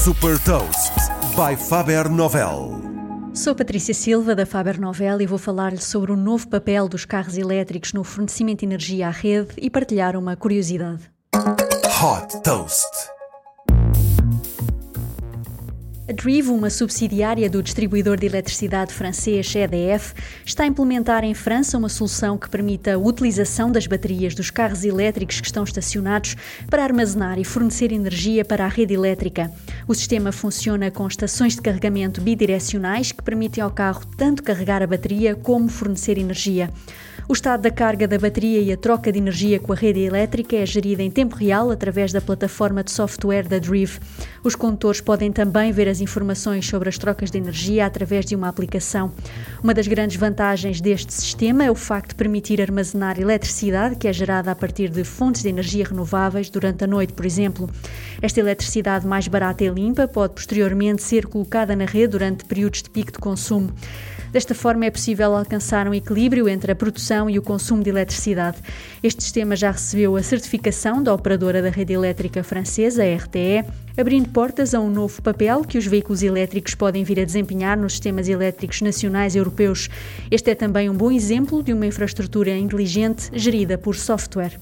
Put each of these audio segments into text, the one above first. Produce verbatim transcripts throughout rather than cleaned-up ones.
Super Toast by Faber Novel. Sou Patrícia Silva da Faber Novel e vou falar-lhe sobre o novo papel dos carros elétricos no fornecimento de energia à rede e partilhar uma curiosidade. Hot Toast. A Drive, uma subsidiária do distribuidor de eletricidade francês E D F, está a implementar em França uma solução que permite a utilização das baterias dos carros elétricos que estão estacionados para armazenar e fornecer energia para a rede elétrica. O sistema funciona com estações de carregamento bidirecionais que permitem ao carro tanto carregar a bateria como fornecer energia. O estado da carga da bateria e a troca de energia com a rede elétrica é gerida em tempo real através da plataforma de software da Drive. Os condutores podem também ver as informações sobre as trocas de energia através de uma aplicação. Uma das grandes vantagens deste sistema é o facto de permitir armazenar eletricidade que é gerada a partir de fontes de energia renováveis durante a noite, por exemplo. Esta eletricidade mais barata e limpa pode posteriormente ser colocada na rede durante períodos de pico de consumo. Desta forma é possível alcançar um equilíbrio entre a produção e o consumo de eletricidade. Este sistema já recebeu a certificação da operadora da rede elétrica francesa, a R T E, abrindo portas a um novo papel que os veículos elétricos podem vir a desempenhar nos sistemas elétricos nacionais e europeus. Este é também um bom exemplo de uma infraestrutura inteligente gerida por software.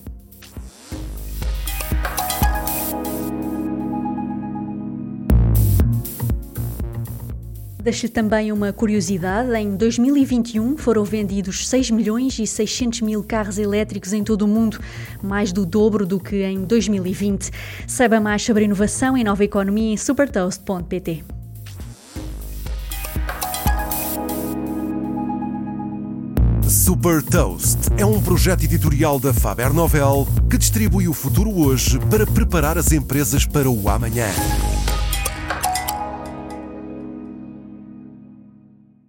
Deixo também uma curiosidade. Em dois mil e vinte e um foram vendidos seis milhões e seiscentos mil carros elétricos em todo o mundo, mais do dobro do que em dois mil e vinte. Saiba mais sobre inovação e nova economia em supertoast ponto pt. Super Toast é um projeto editorial da Faber Novel que distribui o futuro hoje para preparar as empresas para o amanhã.